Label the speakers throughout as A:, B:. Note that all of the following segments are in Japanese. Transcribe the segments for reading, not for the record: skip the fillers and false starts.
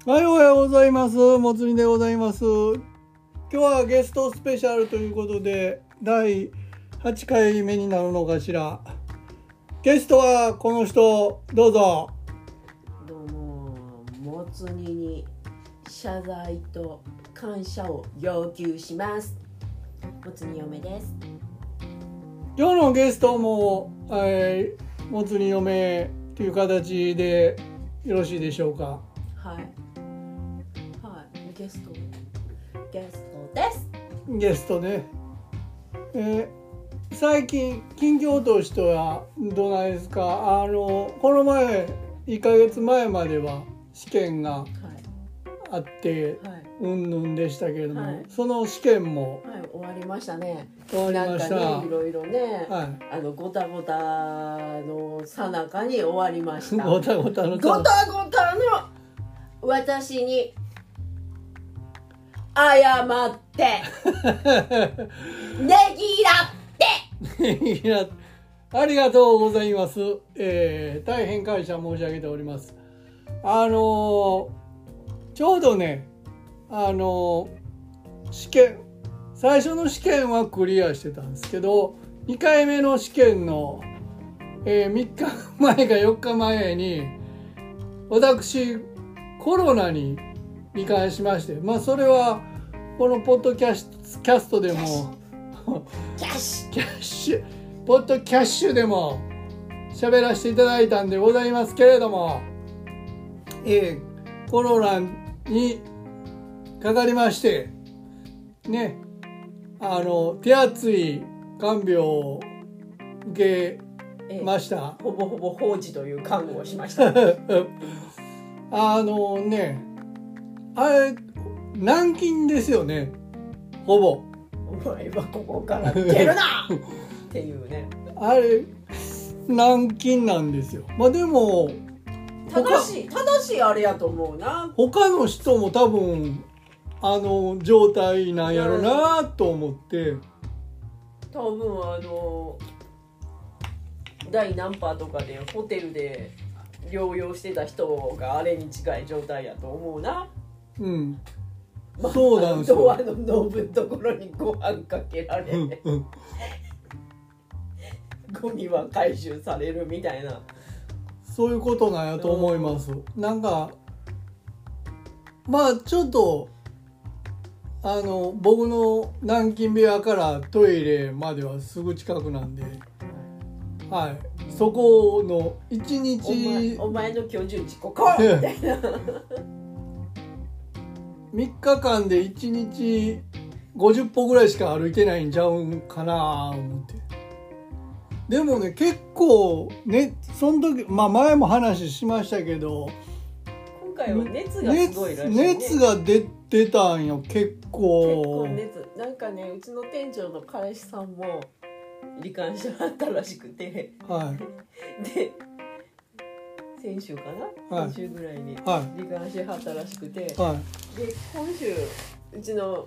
A: はい、おはようございます。もつ煮でございます。今日はゲストスペシャルということで第8回目になるのかしら。ゲストはこの人、どうぞ。
B: どうも、もつ煮に謝罪と感謝を要求します。もつ煮嫁です。
A: 今日のゲストも、もつ煮嫁という形でよろしいでしょうか。
B: ゲストです。
A: ゲストね。最近近況としてはどうなんですか。この前1ヶ月前までは試験があって、うんぬんでしたけれども、その試験も、
B: 終わりましたね。
A: 終わりました。
B: なんかね、いろいろね、ごたごたの最中に終わりました。
A: ごたごたの
B: 私に謝ってねぎらって
A: ありがとうございます。大変感謝申し上げております。ちょうどね、試験、最初の試験はクリアしてたんですけど、2回目の試験の、3日前か4日前に私コロナに罹患しまして、それはこのポッドキャストでもポッドキャッシュでも喋らせていただいたんでございますけれども、コロナにかかりましてね、手厚い看病を受けました。
B: ほぼほぼ放置という看護をしました
A: あれ軟禁ですよね、ほぼ。
B: お前はここから出るなっていうね。
A: あれ軟禁なんですよ。でも
B: 正しいあれやと思うな。
A: 他の人も多分状態なんやろなと思って、
B: 多分第何波とかでホテルで療養してた人があれに近い状態やと思うな。
A: そうなんですよ。
B: ドアのノブのところにご飯かけられ、ゴミは回収されるみたいな、
A: そういうことなんやと思います。なんかちょっと僕の軟禁部屋からトイレまではすぐ近くなんで、そこの1日
B: お前の居住地ここみたいな
A: 3日間で1日50歩ぐらいしか歩いてないんちゃうんかな思って。でもね、結構ね、その時前も話しましたけど、
B: 今回は熱がすごいらしいね。
A: 熱が出たんよ。結構
B: 熱なんかね、うちの店長の彼氏さんも罹患しはったらしくて、で先週かな、先週ぐらいに罹患しはったらしくて、で今週うちの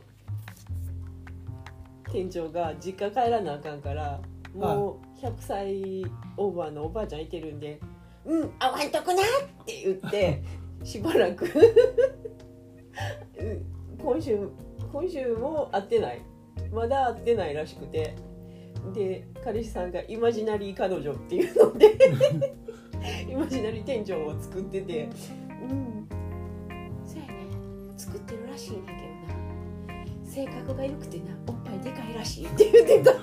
B: 店長が実家帰らなあかんから、もう100歳オーバーのおばあちゃんいてるんで、会わんとくなって言ってしばらく今週も会ってない、まだ会ってないらしくて、で彼氏さんがイマジナリー彼女っていうのでイマジナリー店長を作ってて、そうやね、作ってるらしいねんけどな、性格が良くてな、おっぱいでかいらしいって言ってた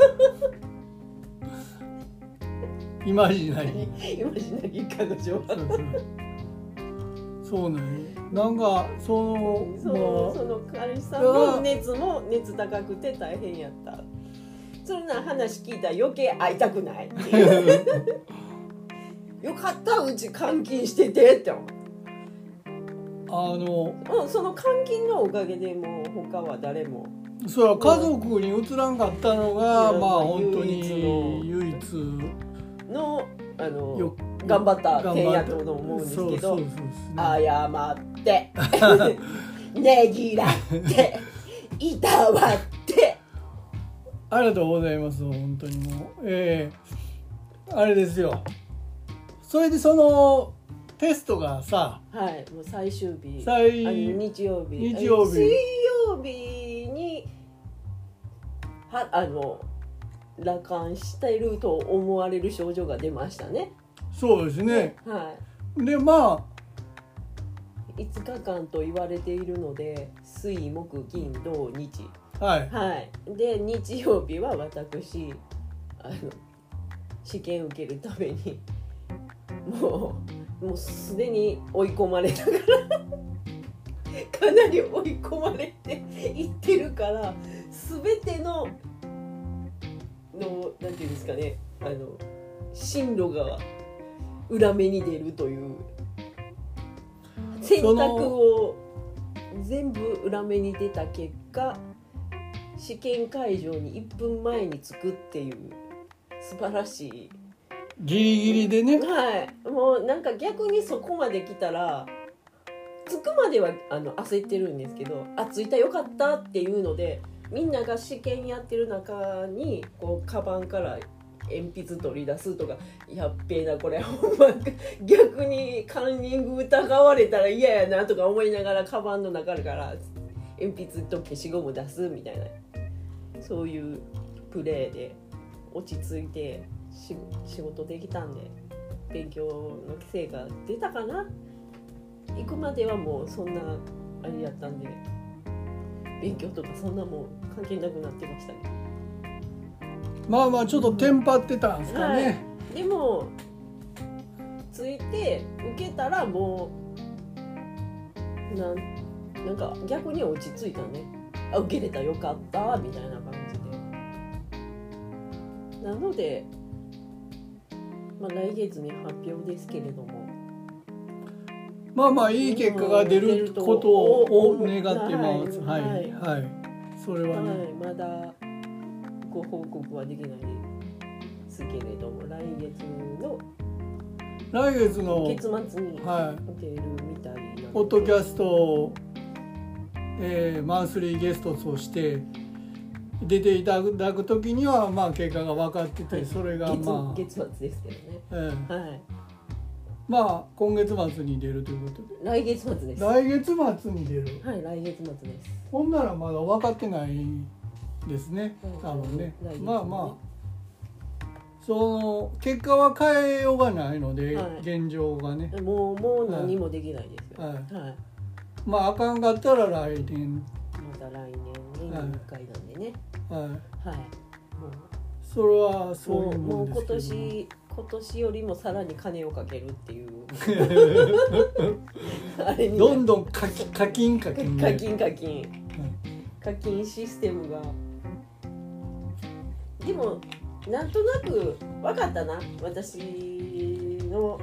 A: イマジナリ
B: ー彼女は
A: そうね。なんかそ
B: の彼氏さんの熱高くて大変やった。そんな話聞いたら余計会いたくないっていうよかった、うち監禁しててって思う。その監禁のおかげでもう他は誰も、
A: それは家族に移らんかったのが本当に唯一
B: の頑張った点やと思うんですけど、謝ってねぎらっていたわって
A: ありがとうございます。本当にもうあれですよ。それでそのテストがさ、
B: はい、もう最終日、日曜日、
A: 日曜日、
B: 水曜日に羅漢していると思われる症状が出ましたね。
A: そうですね。
B: は
A: でま
B: い。5日間と言われているので、水木金土日。
A: はい。
B: はい。で日曜日は私試験受けるためにもうすでに追い込まれたからかなり追い込まれていってるから、全てのなんていうんですかね、進路が裏目に出るという選択を全部裏目に出た結果、試験会場に1分前に着くっていう素晴らしい、
A: ギリギリでね。
B: はい、もうなんか逆にそこまで来たら着くまでは焦ってるんですけど、着いたよかったっていうので、みんなが試験やってる中にこうカバンから鉛筆取り出すとか、やっべえなこれほんま逆にカンニング疑われたら嫌やなとか思いながらカバンの中から鉛筆と消しゴム出すみたいな、そういうプレーで落ち着いて仕事できたんで、勉強の成果出たかな。行くまではもうそんなあれやったんで、勉強とかそんなもん関係なくなってましたね。
A: まあまあちょっとテンパってたんですかね。
B: はい、でもついて受けたらもうなんか逆に落ち着いたね。受けれたよかったみたいな感じで。なので、来月に発表ですけれども、
A: まあまあいい結果が出ることを願ってます。はいはい。それはね、
B: はい、まだご報告はできないですけれども、来月の月末に出るみたいな、
A: ポッドキャスト、マンスリーゲストとして出ていただくときにはまあ結果が分かってて、はい、それがまあ
B: 月末ですけどね、はい、
A: まあ今月末に出るということで。
B: 来月末です。
A: 来月末に出る。
B: はい、来月末です。
A: ほんならまだ分かってないですね、多分ね。まあまあその結果は変えようがないので、はい、現状がね。
B: もう何もできないですよ。はい。はい、
A: まああかんかったら来年。
B: また来年に1回なんでね。はい。はい。もう
A: それはそういうもんですけども。
B: もう今年よりもさらに金をかけるっていう
A: あれにどんどん課金
B: 課金システムが。でもなんとなく分かったな、私の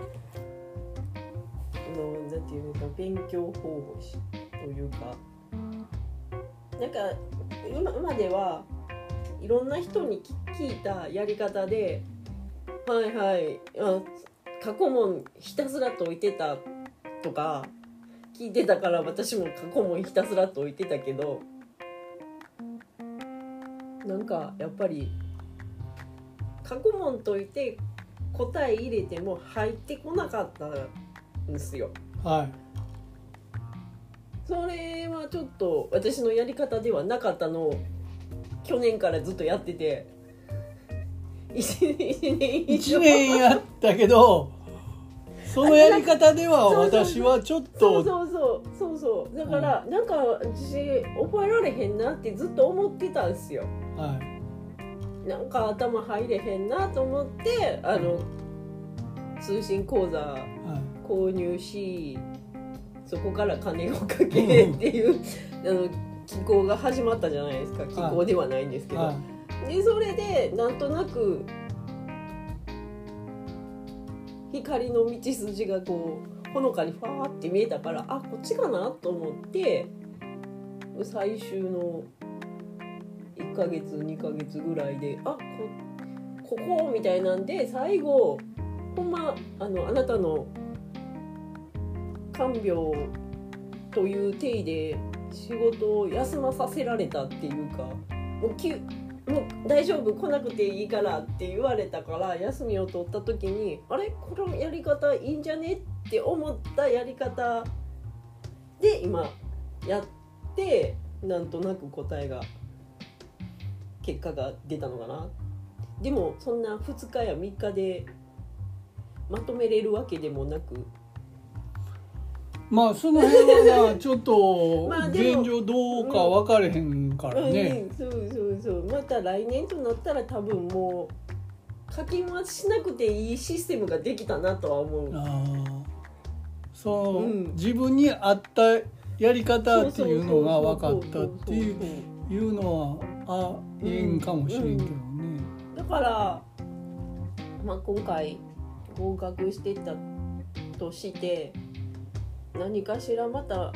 B: なんていうのか、勉強方法というか、なんか今まではいろんな人に聞いたやり方で、はいはい、過去問ひたすら解いてたとか聞いてたから、私も過去問ひたすら解いてたけど、なんかやっぱり過去問解いて答え入れても入ってこなかったんですよ。
A: はい。
B: それはちょっと私のやり方ではなかったのを去年からずっとやってて、
A: 1年やったけど、そのやり方では私はちょっと
B: そうだから、なんか私覚えられへんなってずっと思ってたんですよ。はい。なんか頭入れへんなと思って通信講座購入し、そこから金をかけっていう機構が始まったじゃないですか。機構ではないんですけど、でそれでなんとなく光の道筋がこうほのかにファーって見えたから、こっちかなと思って、最終の1ヶ月2ヶ月ぐらいでここみたいなんで、最後ほんまあなたの看病という体で仕事を休まさせられたっていうか、もう大丈夫来なくていいからって言われたから休みを取った時に、このやり方いいんじゃねっって思ったやり方で今やってなんとなく結果が出たのかな。でもそんな2日や3日でまとめれるわけでもなく、
A: まあその辺はなちょっと
B: まあでも
A: 現状どうか分かれへんからね、
B: そうまた来年となったら多分もう課金はしなくていいシステムができたなとは思う。
A: 自分に合ったやり方っていうのが分かったっていうのはいいんかもしれんけどね、
B: だから、まあ、今回合格してたとして何かしらまた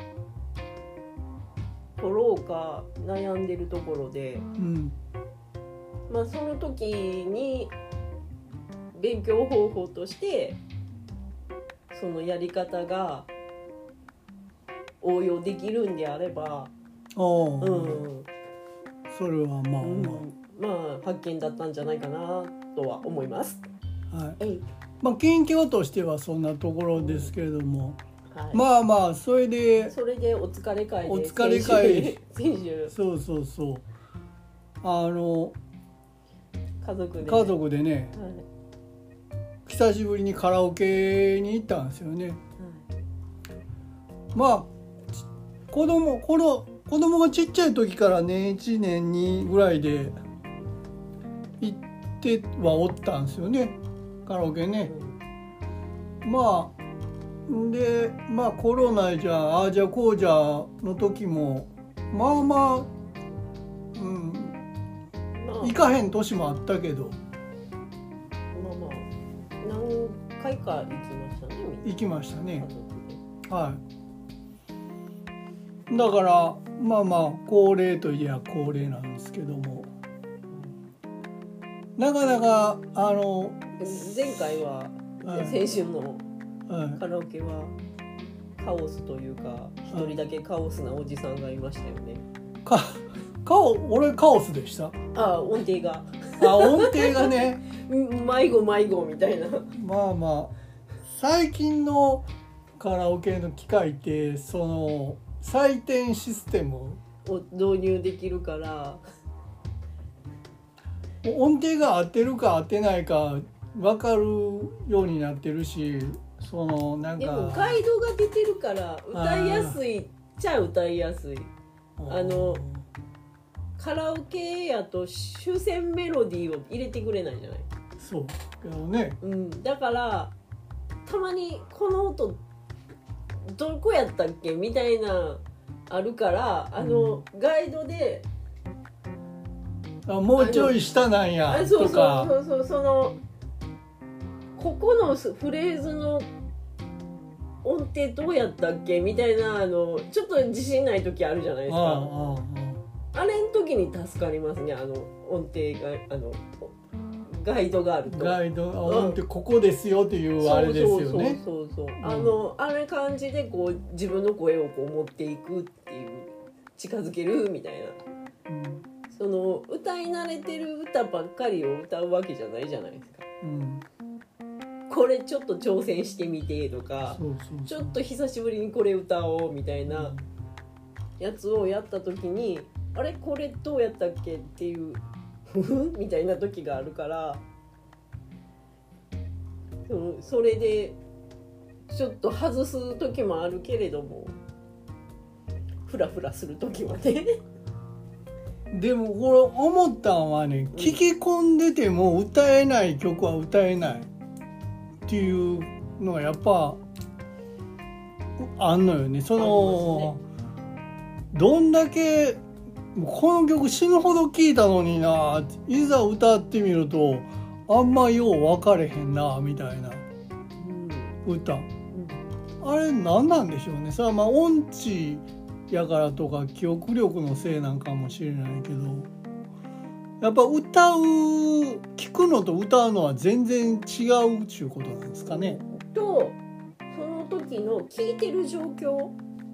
B: 取ろうか悩んでるところで、まあ、その時に勉強方法としてそのやり方が応用できるんであれば、
A: それはまあ
B: まあ発見だったんじゃないかなとは思います。
A: まあ近況としてはそんなところですけれども、
B: ま
A: あそれで
B: お疲れ会
A: で
B: 先週
A: そう家族でね、久しぶりにカラオケに行ったんですよね、まあ子供がちっちゃい時から年1年2ぐらいで行ってはおったんですよね、カラオケね、まあコロナじゃじゃこうじゃの時も行かへん年もあったけど、
B: 何回か行きましたね。
A: だから恒例といえば恒例なんですけども、なかなか
B: 前回は、先週のカラオケはカオスというか一人だけカオスなおじさんがいましたよね。
A: 俺カオスでした。
B: 音程が
A: 音程がね
B: 迷子みたいな。
A: 最近のカラオケの機械ってその採点システム
B: を導入できるから
A: 音程が合ってるか合ってないか分かるようになってるし、でも
B: ガイドが出てるから歌いやすいっちゃ歌いやすい。カラオケやと主戦メロディーを入れてくれないじゃない。
A: そうけどね、
B: だからたまにこの音どこやったっけみたいなあるからガイドで
A: もうちょい下なんやとか、
B: ここのフレーズの音程どうやったっけみたいなちょっと自信ない時あるじゃないですか。あれの時に助かりますね、音程がガイドがあると。
A: 音程ここですよっていうあれですよね。
B: あれ感じでこう自分の声をこう持っていくっていう、近づけるみたいな、歌い慣れてる歌ばっかりを歌うわけじゃないじゃないですか。これちょっと挑戦してみてとか、ちょっと久しぶりにこれ歌おうみたいなやつをやった時に、あれこれどうやったっけっていうみたいな時があるから、それでちょっと外す時もあるけれども、フラフラする時はね。
A: でもこれ思ったんはね、聞き込んでても歌えない曲は歌えないっていうのがやっぱあんのよね。どんだけこの曲死ぬほど聴いたのにな、いざ歌ってみるとあんまよう分かれへんなみたいな歌、あれ何なんでしょうね。それは音痴やからとか記憶力のせいなんかもしれないけど、やっぱ聞くのと歌うのは全然違うっていうことなんですかね。
B: とその時の聴いてる状況、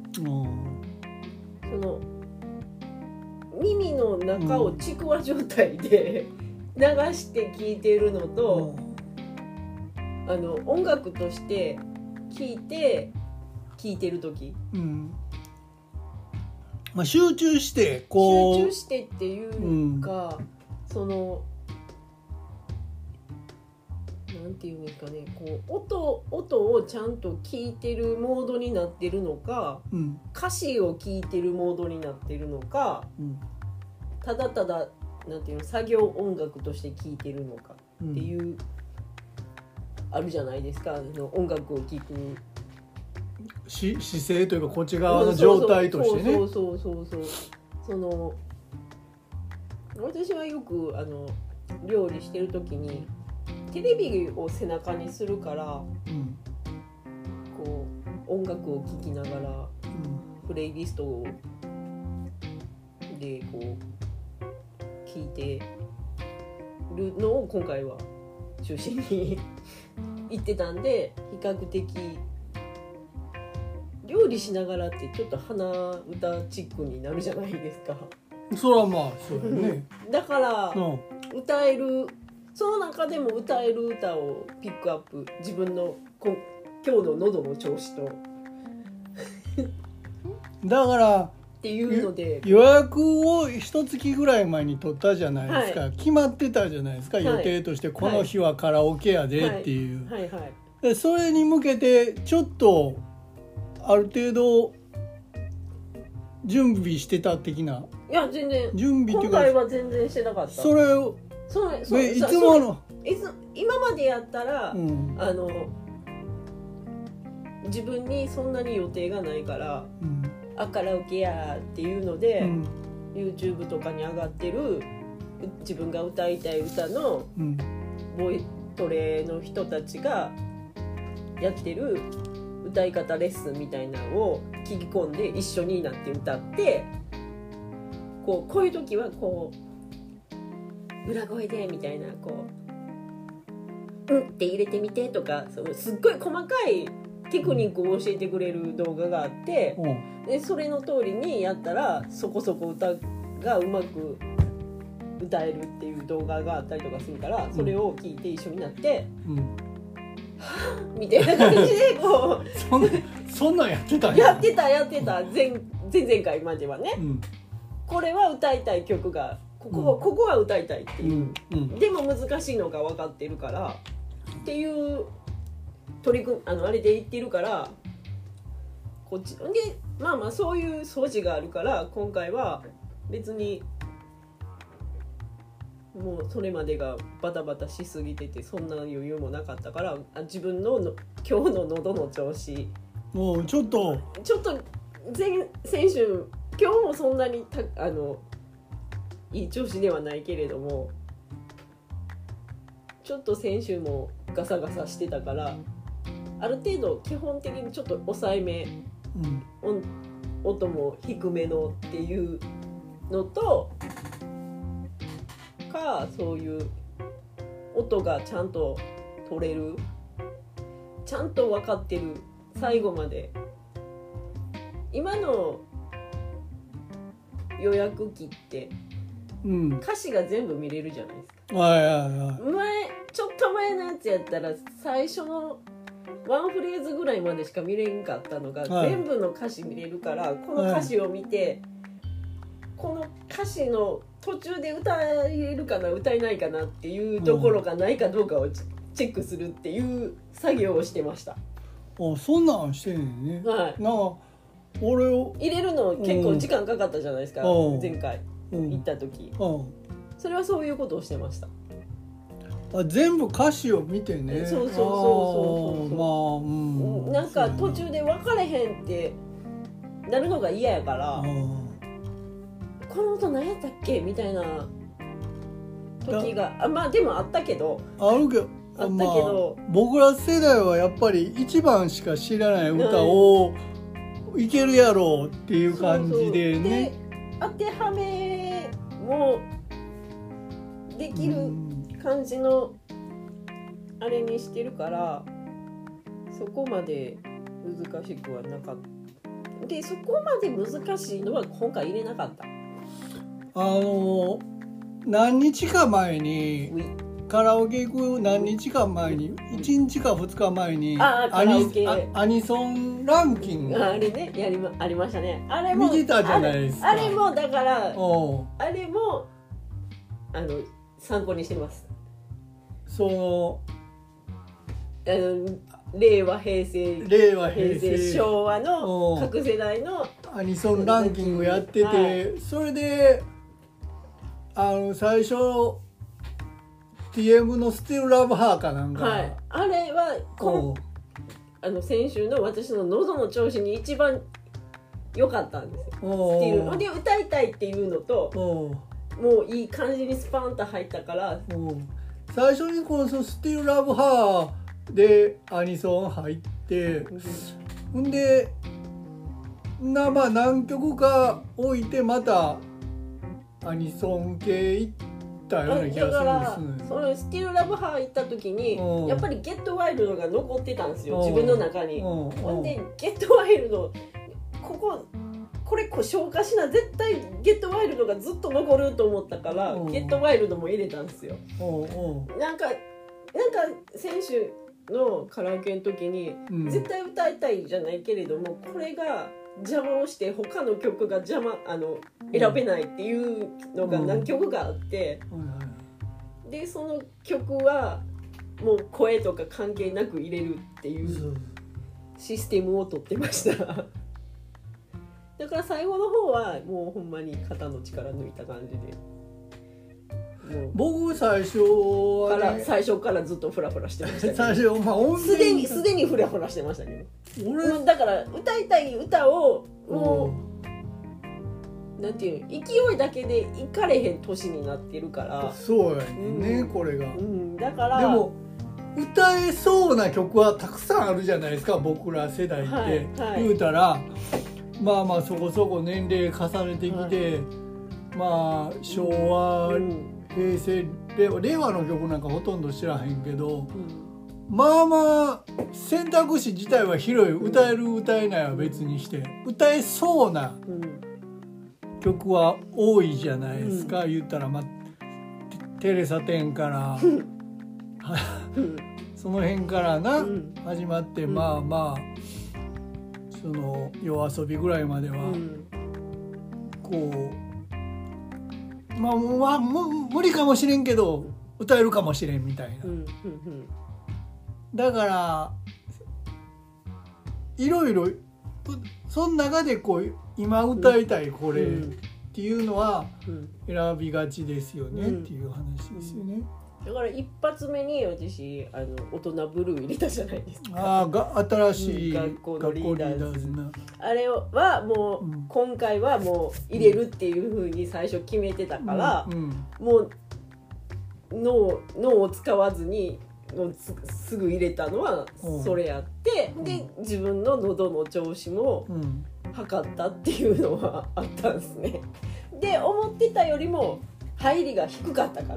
B: 耳の中をちくわ状態で流して聴いてるのと、音楽として聞いて聞いてる時、
A: うんまあ、集中してこう
B: 集中してっていうか、そのなんていうんですかね、こう音をちゃんと聞いてるモードになってるのか、歌詞を聞いてるモードになってるのか、ただただなんていうの作業音楽として聴いてるのかっていう、あるじゃないですか、音楽を聴く
A: 姿勢というかこっち側の状態としてね。
B: そうその私はよく料理してる時にテレビを背中にするから、こう音楽を聴きながら、プレイリストでこう聴いてるのを今回は中心に言ってたんで、比較的料理しながらってちょっと鼻歌チックになるじゃないですか。
A: それはまあそうだね
B: だから歌える、その中でも歌える歌をピックアップ、自分の今日の喉の調子と
A: だから
B: っていうので
A: 予約を一月ぐらい前に取ったじゃないですか、決まってたじゃないですか、予定としてこの日はカラオケやでっていう、でそれに向けてちょっとある程度準備してた的な。
B: いや全然
A: 準備っていうか
B: 今回は全然してなかった。
A: それをいつもの
B: 今までやったら、自分にそんなに予定がないから、カラオケやっていうので、YouTube とかに上がってる自分が歌いたい歌の、ボイトレの人たちがやってる歌い方レッスンみたいなのを聞き込んで一緒になって歌って、こういう時はこう裏声でみたいな、こうって入れてみてとか、そのすっごい細かいテクニックを教えてくれる動画があって、でそれの通りにやったらそこそこ歌がうまく歌えるっていう動画があったりとかするから、それを聞いて一緒になって、みたいな感じでこ
A: うそんなんやってた
B: やってた前々回まではね、これは歌いたい曲がここは歌いたいっていう、でも難しいのが分かってるからっていう取り組みあれで言ってるから、こっちでまあそういう素地があるから、今回は別にもうそれまでがバタバタしすぎててそんな余裕もなかったから、自分の今日の喉の調子
A: もうちょっと
B: 先週今日もそんなにいい調子ではないけれども、ちょっと先週もガサガサしてたから、ある程度基本的にちょっと抑えめ、音も低めのっていうのとか、そういう音がちゃんと取れる、ちゃんと分かってる、最後まで。今の予約機って、歌詞が全部見れるじゃないですか。ちょっと前のやつやったら最初のワンフレーズぐらいまでしか見れんかったのが、全部の歌詞見れるから、この歌詞を見て、この歌詞の途中で歌えるかな歌えないかなっていうところがないかどうかをチェックするっていう作業をしてました。
A: そんなんしてんねんね。なんか俺を
B: 入れるの結構時間かかったじゃないですか、前回行った時、それはそういうことをしてました。
A: 全部歌詞を見てね。
B: そうなんか途中で分かれへんってなるのが嫌やから、この音何やったっけみたいな時がでもあったけど、
A: 僕ら世代はやっぱり一番しか知らない歌をいけるやろうっていう感じでね。
B: 当てはめもできる感じのあれにしてるから、そこまで難しくはなかった。でそこまで難しいのは今回入れなかった。
A: 何日か前にカラオケ行く何日か前に1日か2日前に
B: カラオケ
A: アニソンランキング
B: あれねありましたね。あれも
A: 見てたじゃないですか。
B: あれもだからあれ
A: う
B: も参考にしてます。
A: その
B: 令和平成昭和の各世代の
A: アニソンランキングやってて、
B: はい、
A: それで最初 TM の「Still Love Her」かなんか、
B: はい、あれは先週の私の喉の調子に一番良かったんですよ。スティルで歌いたいっていうのともういい感じにスパンと入ったから
A: 最初にこの「Still Love Her」でアニソン入ってんでまあ何曲か置いてまたアニソン系行ったような気がするんですね。
B: だからスティルラブハー行った時にやっぱりゲットワイルドが残ってたんですよ、自分の中に。ほんでゲットワイルドこれ消化しな絶対ゲットワイルドがずっと残ると思ったからゲットワイルドも入れたんですよ。なんか先週のカラオケの時に絶対歌いたいじゃないけれどもこれが邪魔をして他の曲が選べないっていうのが何曲かあって、でその曲はもう声とか関係なく入れるっていうシステムを取ってました。だから最後の方はもうほんまに肩の力抜いた感じで。
A: 僕最初は、
B: ね、最初からずっとフラフラしてましたけど
A: 最初、
B: すでにフラフラしてましたけどだから歌いたい歌をもうなんていうの勢いだけでいかれへん年になってるから
A: そうやね、これが、
B: だから
A: でも歌えそうな曲はたくさんあるじゃないですか僕ら世代って、言うたらまあそこそこ年齢重ねてきて、まあ昭和、平成令和の曲なんかほとんど知らへんけど、まあ選択肢自体は広い。歌える歌えないは別にして歌えそうな曲は多いじゃないですか、言ったら、テレサ・テンからその辺から始まってまあその夜遊びぐらいまではこう無理かもしれんけど歌えるかもしれんみたいな、だからいろいろその中でこう今歌いたいこれっていうのは選びがちですよねっていう話ですよね。
B: だから一発目に私大人ブルー入れたじゃないですか。
A: 新しい
B: 学校のリーダーズあれはもう、今回はもう入れるっていう風に最初決めてたから、もう脳を使わずにすぐ入れたのはそれやって、で自分の喉の調子も測ったっていうのはあったんですね。で思ってたよりも入りが低かったから、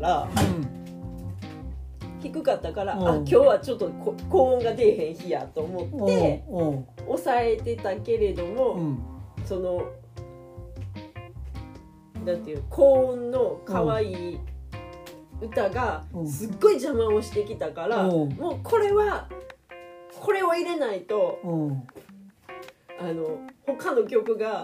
B: 今日はちょっと高音が出えへん日やと思って抑えてたけれども、そのなんていう高音の可愛い歌がすっごい邪魔をしてきたから、もうこれを入れないと他の曲が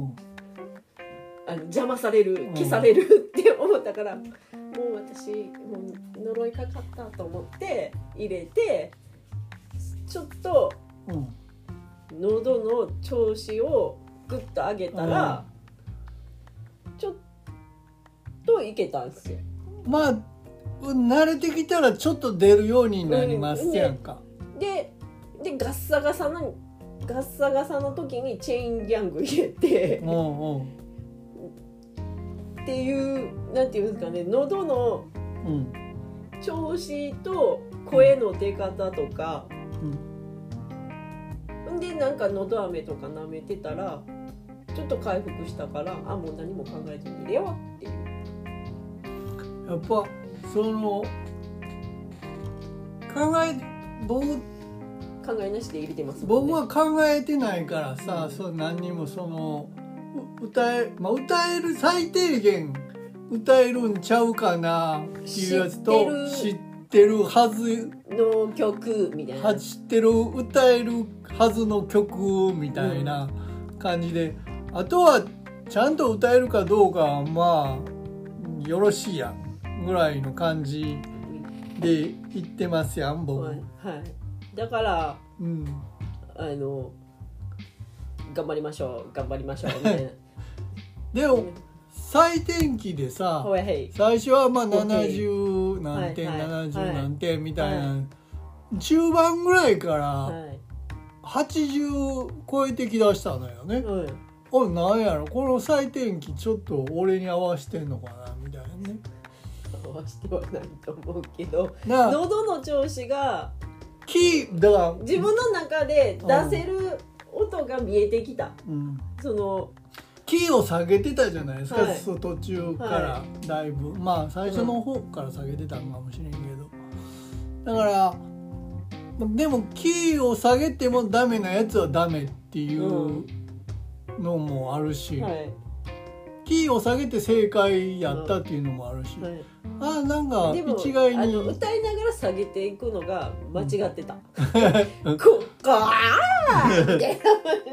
B: 邪魔される消されるって思ったから、もう私呪いかかったと思って入れて、ちょっと喉の調子をグッと上げたらちょっといけたんですよ。
A: 慣れてきたらちょっと出るようになりますやんか。
B: でガッサガサの時にチェーンギャング入れてっていうなんていうんですかね、喉の調子と声の出方とか、でなんか喉飴とか舐めてたらちょっと回復したから、もう何も考えずに入れようっていう。
A: やっぱその僕
B: 考えなしで入れてます
A: もんね。僕は考えてないからさ、何にもその歌える最低限歌えるんちゃうかなっていうやつと知ってるはず
B: の曲みたいな、
A: 知ってる歌えるはずの曲みたいな感じで、あとはちゃんと歌えるかどうかはまあよろしいやんぐらいの感じで言ってますやん僕、
B: はいはい、だから、
A: うん、
B: 頑張りましょうね
A: でも採点機でさ、最初はまあ70何点、70何点みたいな、中盤ぐらいから80超えてきだしたのよね、なんやろこの採点機ちょっと俺に合わせてんのかなみたいなね。
B: 合わせてはないと思うけど、喉の調子が
A: だから
B: 自分の中で出せる音が見えてきた、その
A: キーを下げてたじゃないですか、途中からだいぶ、まあ最初の方から下げてたんかもしれんけど、だからでもキーを下げてもダメなやつはダメっていうのもあるし、キーを下げて正解やったっていうのもあるし、なんか一概に
B: 歌いながら下げていくのが間違ってた、こっからみたい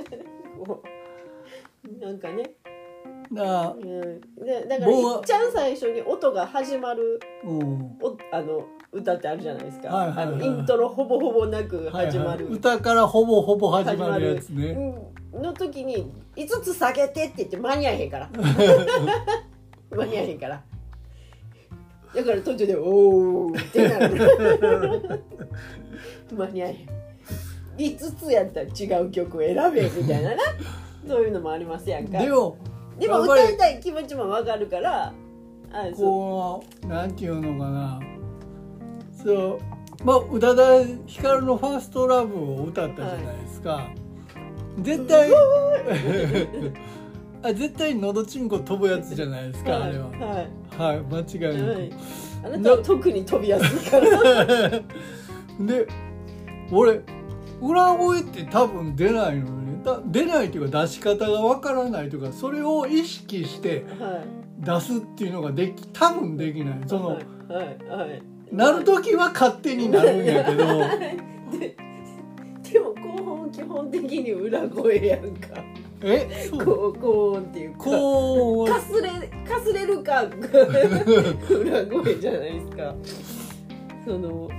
B: ななんかね、だからいっちゃん最初に音が始まる、歌ってあるじゃないですか、イントロほぼほぼなく始まる、
A: 歌からほぼほぼ始まるやつね、
B: の時に5つ下げてって言って間に合えへんから間に合えへんからだから途中でおーってなる間に合えへん、5つやったら違う曲を選べみたいななそういうのもありますやんか。でも歌いたい気持ちも分かるから、
A: こうなんていうのかな、そうまあ宇多田ヒカルのファーストラブを歌ったじゃないですか、絶対絶対のどちんこ飛ぶやつじゃないですか、あれははい間違いなく、
B: あなたは特に飛びやすいから
A: で俺裏声って多分出ないのね、出ないっていうか出し方がわからないというか、それを意識して出すっていうのが多分できない、その、なる時は勝手になるんやけど
B: でも高音基本的に裏声やんか、高音っていうか高音かすれるか裏声じゃないですか、その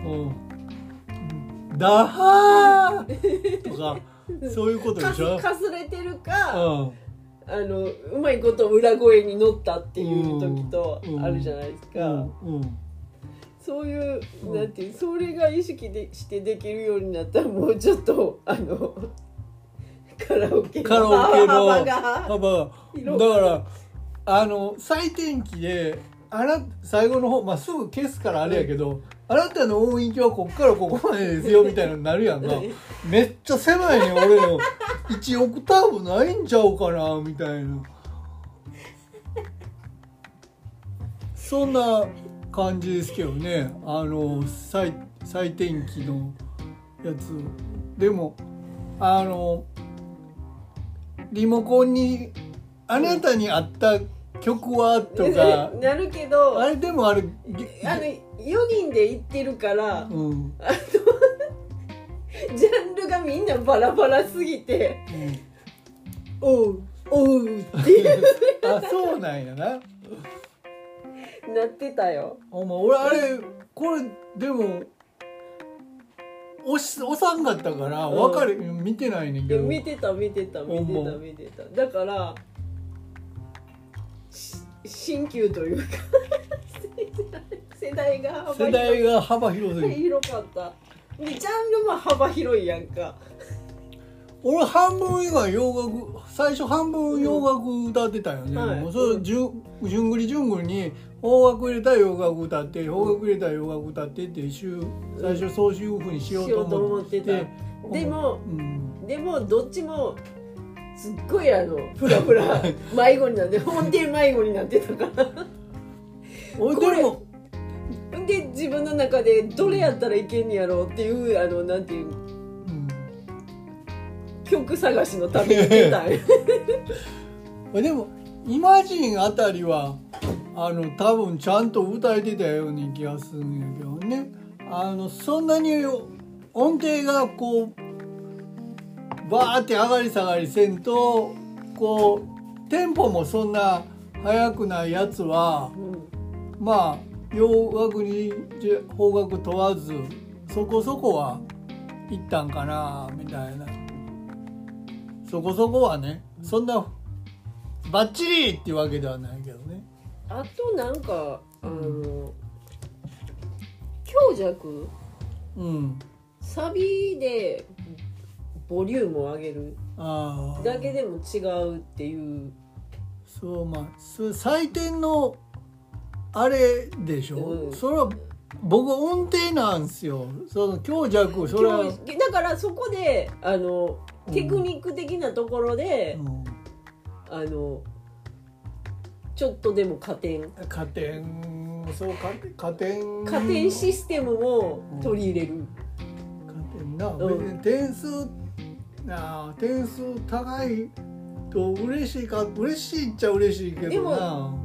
A: ダハーとかそういうことでしょ、
B: かすれてるか、うまいこと裏声に乗ったっていう時とあるじゃないですか、そういうなんていう、それが意識してできるようになったらもうちょっとカラオケの幅が
A: だから採点機で最後の方、すぐ消すからあれやけど、あなたの音域はこっからここまでですよみたいなのになるやんかめっちゃ狭いね俺の1オクターブないんちゃうかなみたいなそんな感じですけどね、採点機のやつでもリモコンにあなたに合った曲はとか
B: なるけど、
A: あれでも4
B: 人で行ってるから、ジャンルがみんなバラバラすぎて、おうっていう
A: そうなんやな
B: なってたよ。
A: 俺あれこれでも押さんかったから分かる、見てないねんけど、
B: 見てただから新旧というか世代が幅広すぎる、広かったで、ジャンルも幅広いやんか。
A: 俺半分以外洋楽、最初半分洋楽歌ってたよね、もうそれじゅんぐりに邦楽入れたら洋楽歌って邦楽入れたら洋楽歌ってって最初そういう風にしようと思ってて、
B: でもどっちもすっごいフラフラ迷子になって本当に迷子になってたからで自分の中でどれやったらいけんやろうっていうなんていう、曲探しの旅に出たい
A: でもイマジンあたりは多分ちゃんと歌えてたような気がするんやけどね。そんなに音程がこうバーって上がり下がりせんと、こうテンポもそんな速くないやつは、まあ洋楽に邦楽問わずそこそこはいったんかなみたいな。そこそこはね、そんなバッチリっていうわけではないけどね。
B: あとなんか強弱、サビでボリュームを上げるだけでも違うっていう。
A: そう、まあ採点のあれでしょ、それは僕音程なんですよ。その強弱、それは
B: だからそこでテクニック的なところで、ちょっとでも加点システムも取り入れる。
A: 加点な、別に点数高いと嬉しいっちゃ嬉しいけどな。
B: でも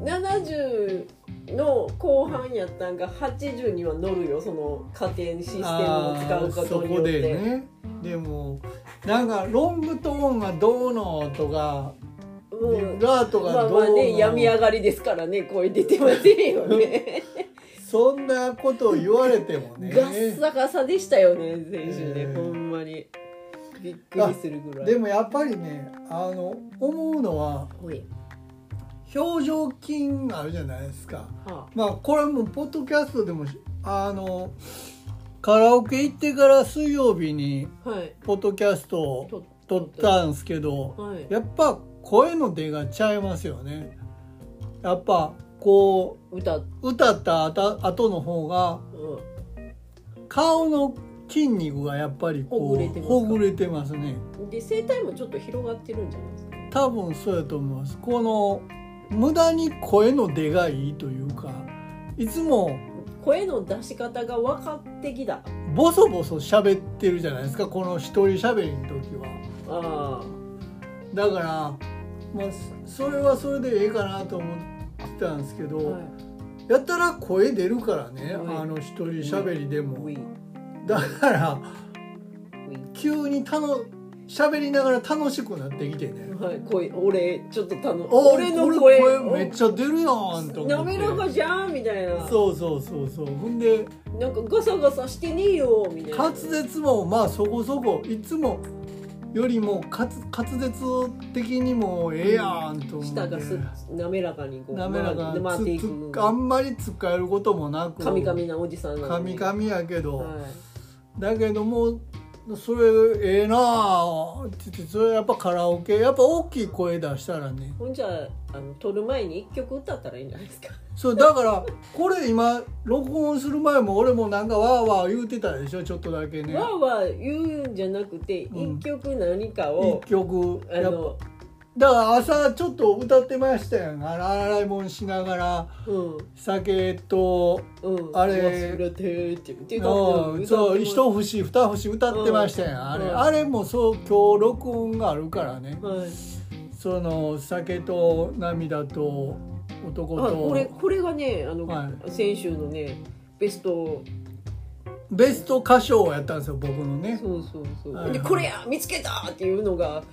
B: 70の後半やったんが80には乗るよ、その加点システムを使うことによって。そこでね。
A: でもなんかロングトーンがどうのとか、ビブラートがどうの、
B: まあね、病み上がりですからね、声出てませんよね
A: そんなことを言われてもね
B: ガッサガサでしたよね先週ね、ほんまにびっくりするぐらい。
A: でもやっぱりね、思うのは表情筋あるじゃないですか、まあこれもポッドキャストでもカラオケ行ってから水曜日にポッドキャストを撮ったんですけど、やっぱ声の出がちゃいますよね。やっぱこう歌った後の方が、顔の筋肉がやっぱりこうほぐれてますね。
B: で声帯もちょっと広がってるんじゃないですか。
A: 多分そうやと思います。この無駄に声の出がいいというか、いつも
B: 声の出し方が分かってきた。
A: ボソボソ喋ってるじゃないですか、この一人喋りの時は。だから、まあ、それはそれでええかなと思ってたんですけど、やったら声出るからね、一人喋りでも。だから急に喋りながら楽しくなってきてね。
B: 俺ちょっと俺の声
A: めっちゃ出るやんと思って。
B: 滑らかじゃんみたいな。
A: そう。ほんで
B: なんかガサガサしてねえよみたいな。
A: 滑舌もまあそこそこいつもよりも滑舌的にもええやんと思って。
B: 舌が滑らかにこう回っていく。
A: あんまり使えることもなく。
B: カミカミなおじさんなのに。
A: カミカミやけど。だけどもそれええなあって言って、それやっぱカラオケやっぱ大きい声出したらね。
B: ほんじゃ撮る前に1曲歌ったらいいんじゃないですか。
A: そうだからこれ今録音する前も俺もなんかわーわー言うてたでしょ、ちょっとだけね。
B: わーわー言うんじゃなくて1曲何かを
A: 1曲だから朝ちょっと歌ってましたやん、洗い物しながら、酒と、あれ
B: 忘れてって言って
A: そう一節二節歌ってましたやん、あれもそう今日録音があるからね、その酒と涙と男と
B: これがね先週のねベスト
A: 歌唱をやったんですよ、僕のね。
B: そうでこれや見つけたっていうのが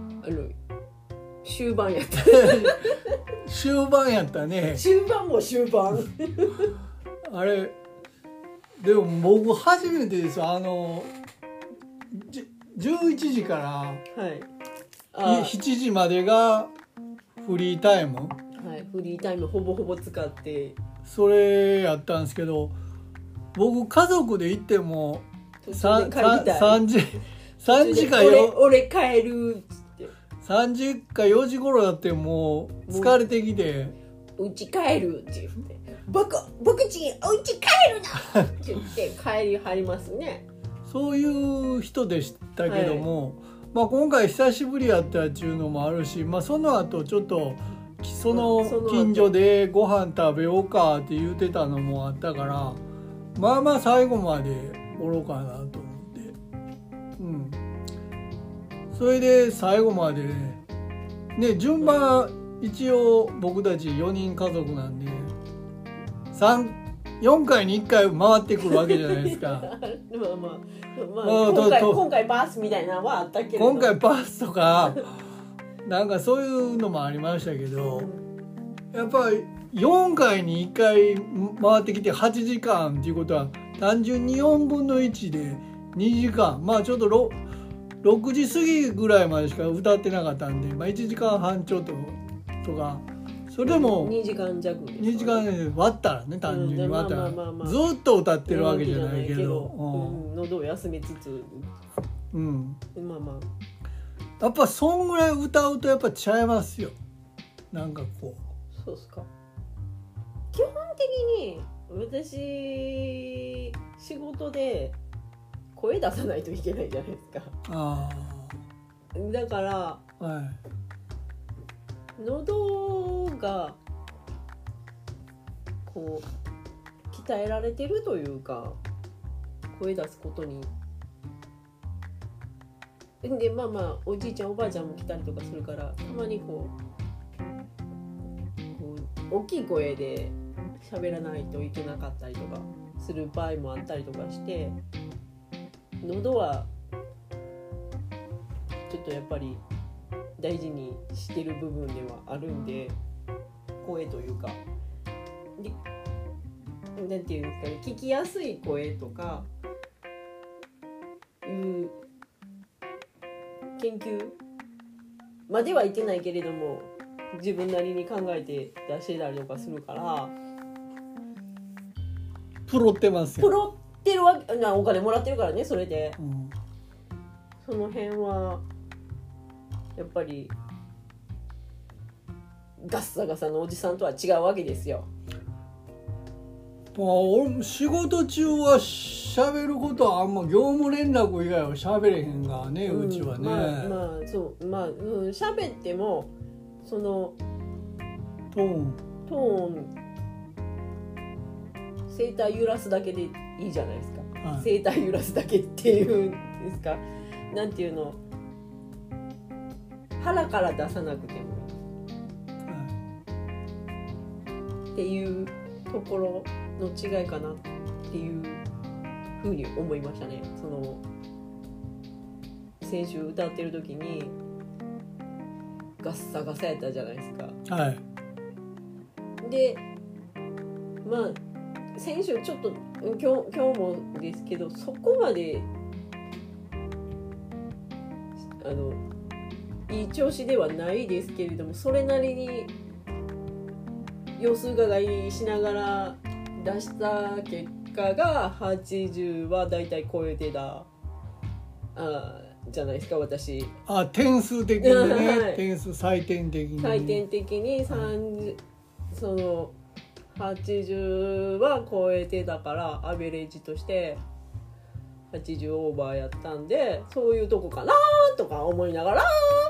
B: 終盤やった
A: 終盤やったね。
B: 終盤も終盤
A: あれでも僕初めてです11時から7時までがフリータイム、
B: フリータイムほぼほぼ使って
A: それやったんですけど、僕家族で行っても3時か
B: 俺帰る
A: 3時か4時頃だってもう疲れてきて
B: うち帰るって言って僕ちおうち帰るなって言って帰りはりますね。
A: そういう人でしたけども、まあ今回久しぶりやったっていうのもあるし、まあその後ちょっとその近所でご飯食べようかって言ってたのもあったから、まあまあ最後までおろうかなと思って、それで最後までね順番一応僕たち4人家族なんで 4回に1回回ってくるわけじゃないですか。
B: 今回バースみたいなのはあったけど、
A: 今回バースとかなんかそういうのもありましたけど、やっぱり4回に1回回ってきて8時間っていうことは単純に4分の1で2時間、まあちょっと6時過ぎぐらいまでしか歌ってなかったんで、まあ、1時間半ちょっととか、それでも
B: 2時間弱です、
A: 2時間で割ったらね、単純に割ったらずっと歌ってるわけじゃないけど、
B: 喉を休めつつ、まあまあ
A: やっぱそんぐらい歌うとやっぱちゃいますよ。なんかこう。
B: そうっすか。基本的に私仕事で声出さないといけないじゃないですか。だから、
A: はい、
B: 喉がこう鍛えられてるというか、声出すことにで、まあまあおじいちゃんおばあちゃんも来たりとかするから、たまにこう大きい声で喋らないといけなかったりとかする場合もあったりとかして、喉はちょっとやっぱり大事にしてる部分ではあるんで、声というかなんていうんですかね、聞きやすい声とかいう研究まではいけないけれども、自分なりに考えて出してたりとかするから、
A: プロってますよ。
B: プロってるわけな、お金もらってるからね、それで、その辺はやっぱりガッサガサのおじさんとは違うわけですよ。
A: まあ、俺仕事中は喋ることはあんま業務連絡以外は喋れへんがね、うちはね。
B: まあそうまあ喋ってもそのトーン声帯揺らすだけでいいじゃないですか。はい、声帯揺らすだけっていうんですか。なんていうの、腹から出さなくてもいい、っていうところの違いかなっていうふうに思いましたね。その先週歌ってる時にガッサガサやったじゃないですか。
A: はい。
B: で、まあ先週ちょっと今日もですけど、そこまでいい調子ではないですけれども、それなりに様子伺いしながら出した結果が80はだいたい超えてたじゃないですか、私。
A: 点数的にね、
B: はい、
A: 点数採点的に
B: 30、その80は超えてたから、アベレージとして80オーバーやったんで、そういうとこかなとか思いながら、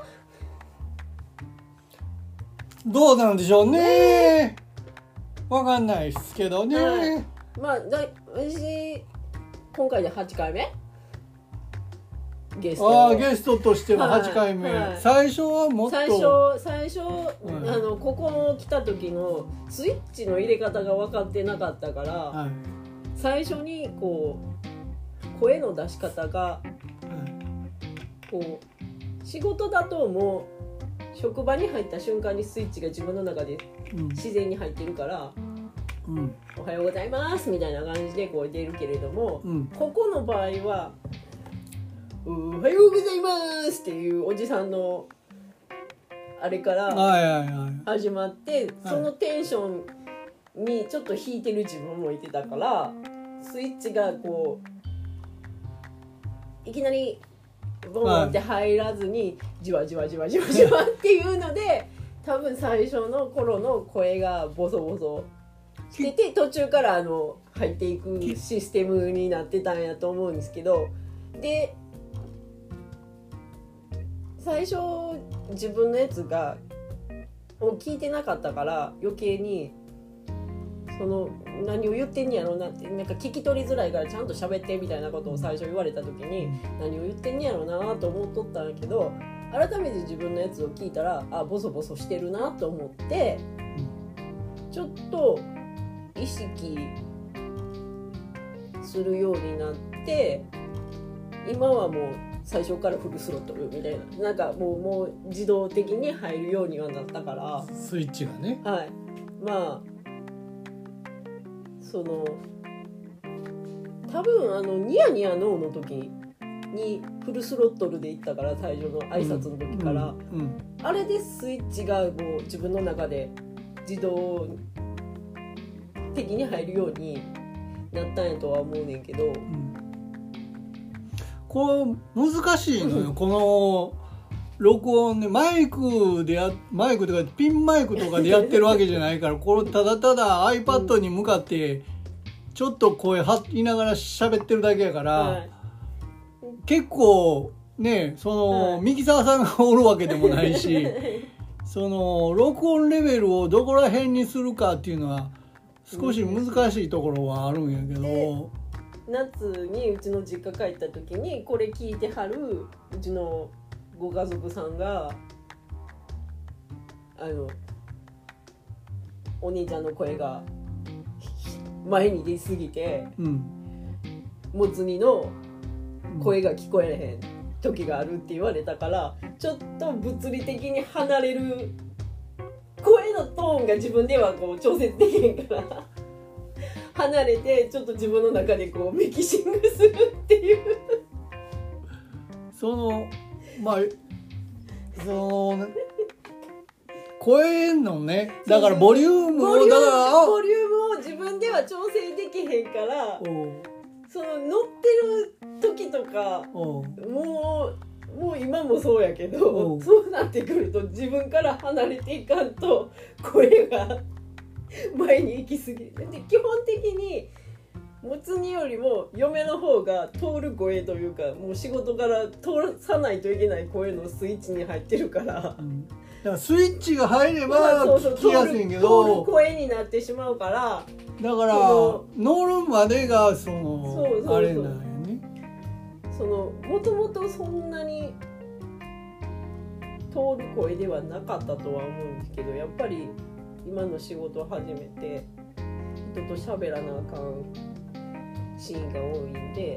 A: どうなんでしょうね。わかんないですけどね。はい、
B: まあ私今回で8回目ゲス
A: トとしては8回目、はい、最初はもっと
B: 最初、ここ来た時のスイッチの入れ方が分かってなかったから、はい、最初にこう声の出し方が、はい、こう仕事だともう職場に入った瞬間にスイッチが自分の中で自然に入ってるから、おはようございますみたいな感じでこう出るけれども、ここの場合はおはようございますっていうおじさんのあれから始まって、そのテンションにちょっと引いてる自分もいてたから、スイッチがこういきなりボーンって入らずにじわじわじわじわじわっていうので、多分最初の頃の声がボソボソしてて、途中から入っていくシステムになってたんやと思うんですけど、で最初自分のやつが聞いてなかったから、余計にその何を言ってんやろうなって、なんか聞き取りづらいからちゃんと喋ってみたいなことを最初言われた時に、何を言ってんやろうなと思っとったんやけど、改めて自分のやつを聞いたらボソボソしてるなと思って、ちょっと意識するようになって、今はもう最初からフルスロットルみたいな、なんかもう自動的に入るようにはなったから、
A: スイッチがね。
B: はい、まあその多分ニヤニヤノーの時にフルスロットルで行ったから、最初の挨拶の時から、あれでスイッチがもう自分の中で自動的に入るようになったんやとは思うねんけど、
A: これ難しいのよ、この録音ね。マイクとかピンマイクとかでやってるわけじゃないからこれただただ iPad に向かってちょっと声張りながら喋ってるだけやから、はい、結構ね、はい、ミキサーさんがおるわけでもないし録音レベルをどこら辺にするかっていうのは少し難しいところはあるんやけど、
B: 夏にうちの実家帰った時にこれ聞いてはるうちのご家族さんがお兄ちゃんの声が前に出すぎて、もつ煮の声が聞こえれへん時があるって言われたから、ちょっと物理的に離れる声のトーンが自分ではこう調節できへんから離れてちょっと自分の中でこうミキシングするっていう
A: 声のね、だからボリュームを
B: 自分では調整できへんから、乗ってる時とかもう今もそうやけど、そうなってくると自分から離れていかんと声が前に行き過ぎる。で基本的にもつ煮よりも嫁の方が通る声というか、もう仕事から通さないといけない声のスイッチに入ってるから、だ
A: からスイッチが入れば聞きやすいけど、
B: 通る声になってしまうから、
A: だから乗るまでがあれなんよね。
B: もともとそんなに通る声ではなかったとは思うんですけど、やっぱり今の仕事を始めて人と喋らなあかんシーンが多いんで、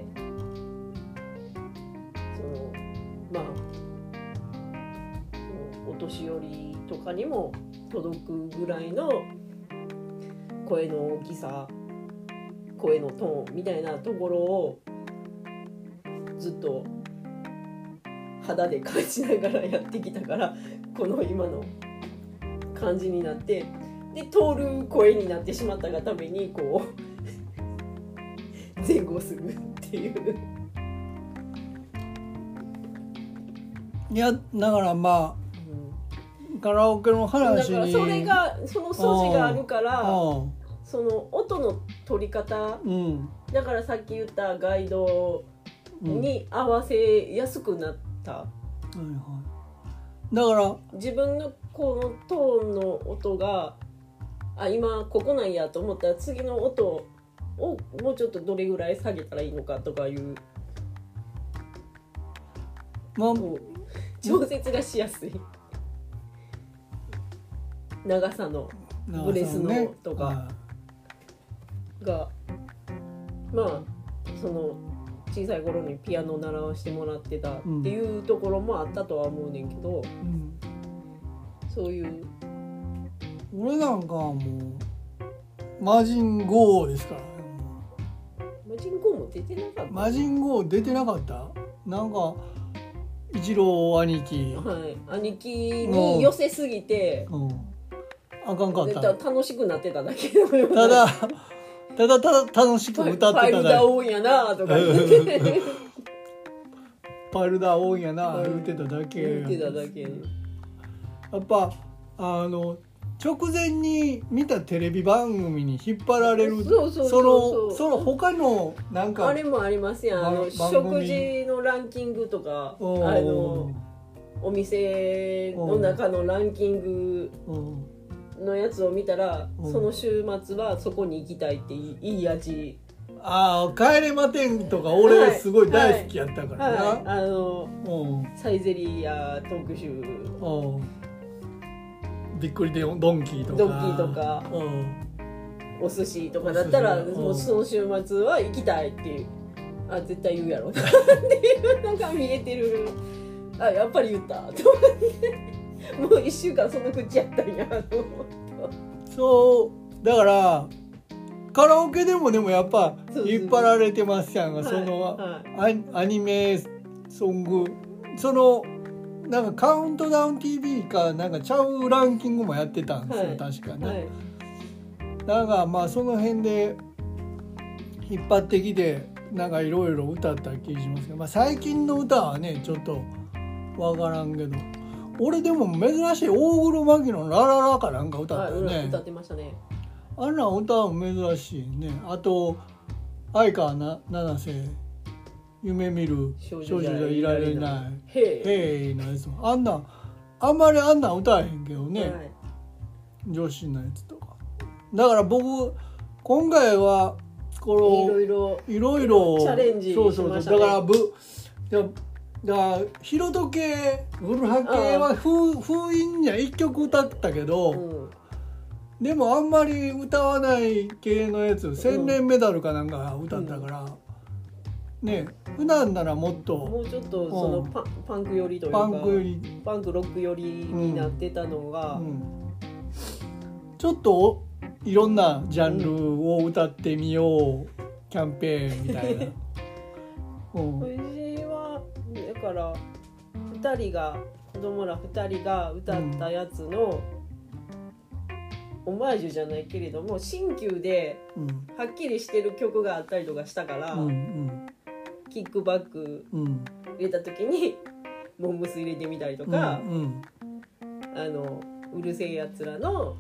B: お年寄りとかにも届くぐらいの声の大きさ、声のトーンみたいなところをずっと肌で感じながらやってきたから、この今の感じになって、で通る声になってしまったがためにこう前後するっていう。
A: いやだからカラオケの話に
B: だからその素地があるから、その音の取り方、だからさっき言ったガイドに合わせやすくなった、
A: だから
B: 自分のこのトーンの音が今ここなんやと思ったら、次の音をもうちょっとどれぐらい下げたらいいのかとかいう、調節がしやすい。長さのブレスのとかが、その小さい頃にピアノを習わせてもらってたっていうところもあったとは思うねんけど、そういう
A: 俺なんかはもうマジン GO ですからね。
B: マジン GO も出てなかった。
A: マジン GO 出てなかった。なんか一郎兄貴、
B: 兄貴に寄せすぎて、
A: あかんかった。
B: 楽しくなってただけのよう
A: な。ただ楽しく歌ってただけ。
B: パイルダー多いんやなとか言って
A: パイルダー多いんやな言ってただけ。やっぱ直前に見たテレビ番組に引っ張られる。その他のなんか
B: あれもありますやん。食事のランキングとかお店の中のランキングのやつを見たら、その週末はそこに行きたいっていい味。
A: 帰れまてんとか俺すごい大好きやったからな。
B: サイゼリヤ特集、
A: びっくりでドンキーとか
B: お寿司とかだったら
A: お寿司
B: もうその週末は行きたいっていう、あ絶対言うやろっていうのが見えてる。あやっぱり言ったと思ってもう1週間その口やったんやと思った。
A: そうだからカラオケでもやっぱ
B: そう
A: 引っ張られてますやんが、その、
B: はい
A: アニメソング、そのなんかカウントダウン TV かなんかちゃうランキングもやってたんですよ、確かね、
B: はい、
A: だからまあその辺で引っ張ってきてなんかいろいろ歌った気がしますけど、まあ、最近の歌はねちょっとわからんけど、俺でも珍しい大黒摩季のラララかなんか歌ったよね、
B: 歌ってましたね。
A: あんな歌も珍しいね。あと相川七瀬夢見る少女じゃいられないへいのやつもあんまりあんな歌えへんけどね、はい、女子のやつとか。だから僕今回はこのいろいろ
B: チャレンジしましたね。
A: だからヒロト系ウルハ系は封印には1曲歌ったけど、でもあんまり歌わない系のやつ、千年メダルかなんか歌ったから、ね、普段ならもっと
B: もうちょっとそのパンク寄りというかパンクロック寄りになってたのが、
A: ちょっといろんなジャンルを歌ってみよう、キャンペーンみたいな。
B: 藤井はだから子供ら2人が歌ったやつの、オマージュじゃないけれども新旧ではっきりしてる曲があったりとかしたから、キックバック入れた時にモンブス入れてみたりとか、うるせえやつらの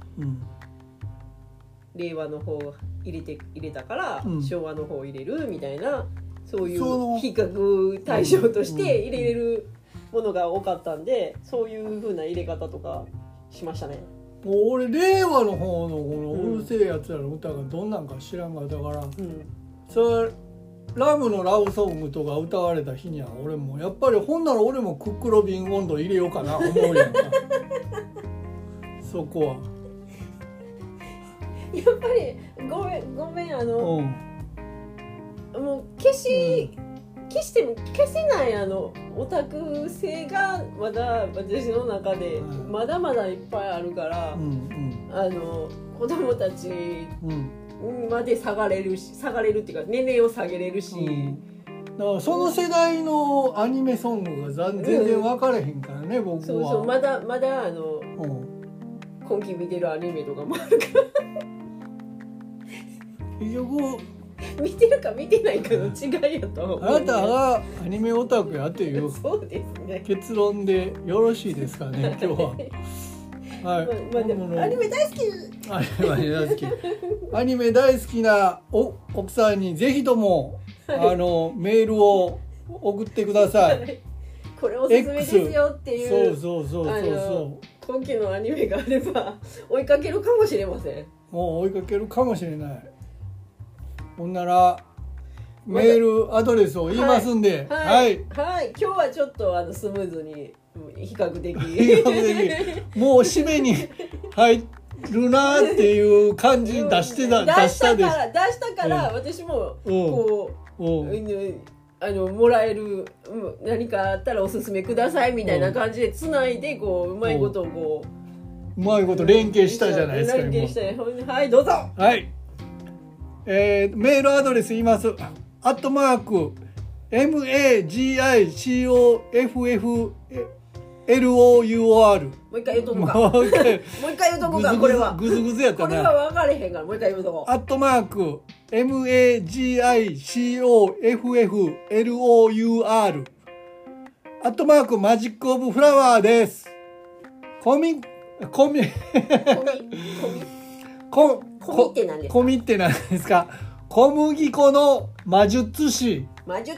B: 令和の方入れたから、昭和の方入れるみたいな、そういう比較対象として入れれるものが多かったんで、そういう風な入れ方とかしましたね。
A: もう俺令和の方のこのうるせえやつらの歌がどんなんか知らんかったから、それラムのラブソングとか歌われた日には俺もやっぱりほんなら俺もクックロビン温度入れようかな思うやんかそこは
B: やっぱりごめんもう消しても消せないオタク性がまだ私の中でまだまだいっぱいあるから、子供たちまで下がれるっていうか年齢を下げれるし、
A: だからその世代のアニメソングが全然分かれへんからね、僕は。
B: そうまだ今期見てるアニメとかもあるから
A: 結局
B: 見てるか見てないかの違いやと思う。
A: あなたがアニメオタクやっていう
B: そうです、ね、
A: 結論でよろしいですかね今日は。はい、
B: アニメ大好き。
A: アニメ大好きな奥さんにぜひとも、メールを送ってください。
B: これおすすめですよっていう。
A: そう
B: 今期のアニメがあれば追いかけるかもしれません。
A: もう追いかけるかもしれない。ほんならメールアドレスを言いますんで、
B: はい、今日はちょっとスムーズに比較的
A: もう締めに入るなっていう感じ出した
B: から、私もこうもらえる何かあったらおすすめくださいみたいな感じでつないでこううまいこと
A: 連携したじゃないですか。
B: 連携してはいどうぞ。
A: はい。メールアドレス言います。@MAGICOFFLOUR
B: もう一回言うとこかもう一回言うとこか。これは
A: グズグズやったな。
B: これは分かれへんからもう一回言うとこ。
A: @MAGICOFFLOUR マジックオブフラワーです。コミって何ですか？コミって何ですか？小麦粉の魔術師。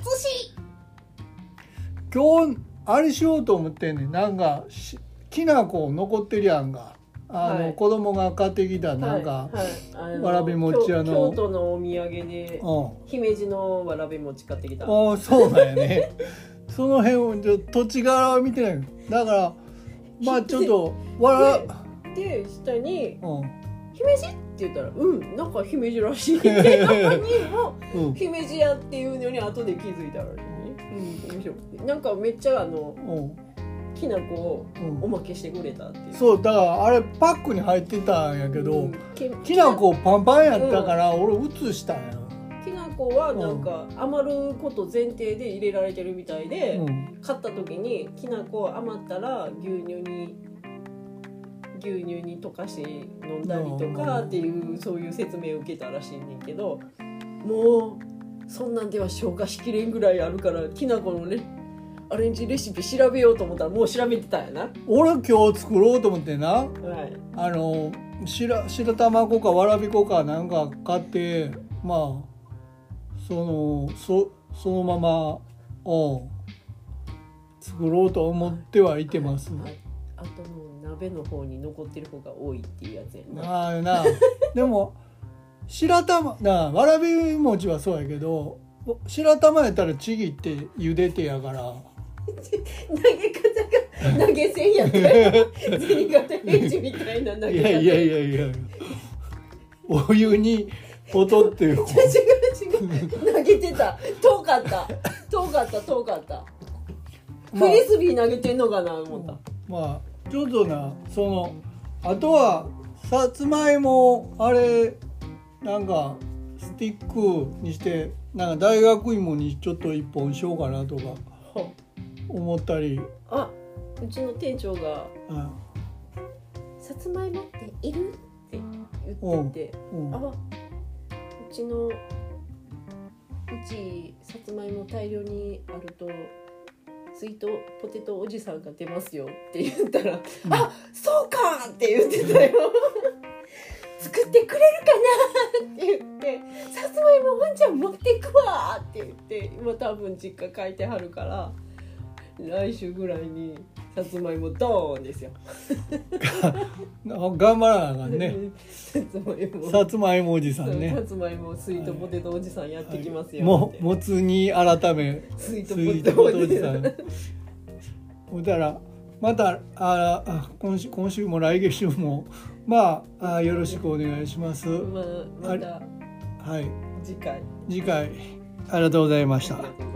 A: 今日あれしようと思ってんねん。なんかきな粉残ってるやんが。子供が買ってきたなんか、わらび餅屋の
B: 京都のお土産で、姫路のわらび餅買ってきた。
A: そうだよね。その辺を土地柄は見てない。だからまあちょっと
B: で下に姫路っって言ったらなんか姫路らしいって本人も姫路やっていうのに後で気づいたらしいね。面白い。なんかめっちゃきな粉をおまけしてくれたっていう。
A: そうだからあれパックに入ってたんやけど、きな粉パンパンやったから俺移したんや。
B: きな粉はなんか余ること前提で入れられてるみたいで、買った時にきな粉余ったら牛乳に溶かして飲んだりとかっていうそういう説明を受けたらしいねんけど、もうそんなんでは消化しきれんぐらいあるからきな粉のねアレンジレシピ調べようと思ったらもう調べてたんやな。
A: 俺今日作ろうと思ってな、
B: はい、
A: 白玉粉かわらび粉かなんか買ってまあそのまま作ろうと思ってはいてます。
B: あとの鍋の方に残ってる方が多いっていうやつやな。
A: ああなでも白玉わらび餅はそうやけど白玉やったらちぎって茹でてやから
B: 投げ方が投げ銭やったよ銭形平次みたいな投げ方。
A: いやお湯にポトって違う
B: 投げてた。遠かったフリスビー投げてんのかな思った。
A: まあちょっとなあとはさつまいもあれなんかスティックにしてなんか大学芋にちょっと一本しようかなとか思ったり。
B: うちの店長がさつまいもっているって言ってて、うちさつまいも大量にあるとスイートポテトおじさんが出ますよって言ったら、そうかって言ってたよ作ってくれるかなって言ってさつまいもほんちゃん持っていくわって言って今多分実家帰ってはるから来週ぐらいにさつまいもドーンですよ
A: 頑張らなあかんねさつまいもおじさんね。
B: さつまいもスイートポテトおじさんやってきますよ、
A: もつに改め
B: スイートポテトおじさん
A: ほんだらまた今週も来週もまあよろしくお願いします。
B: また
A: はい
B: 次回
A: ありがとうございました。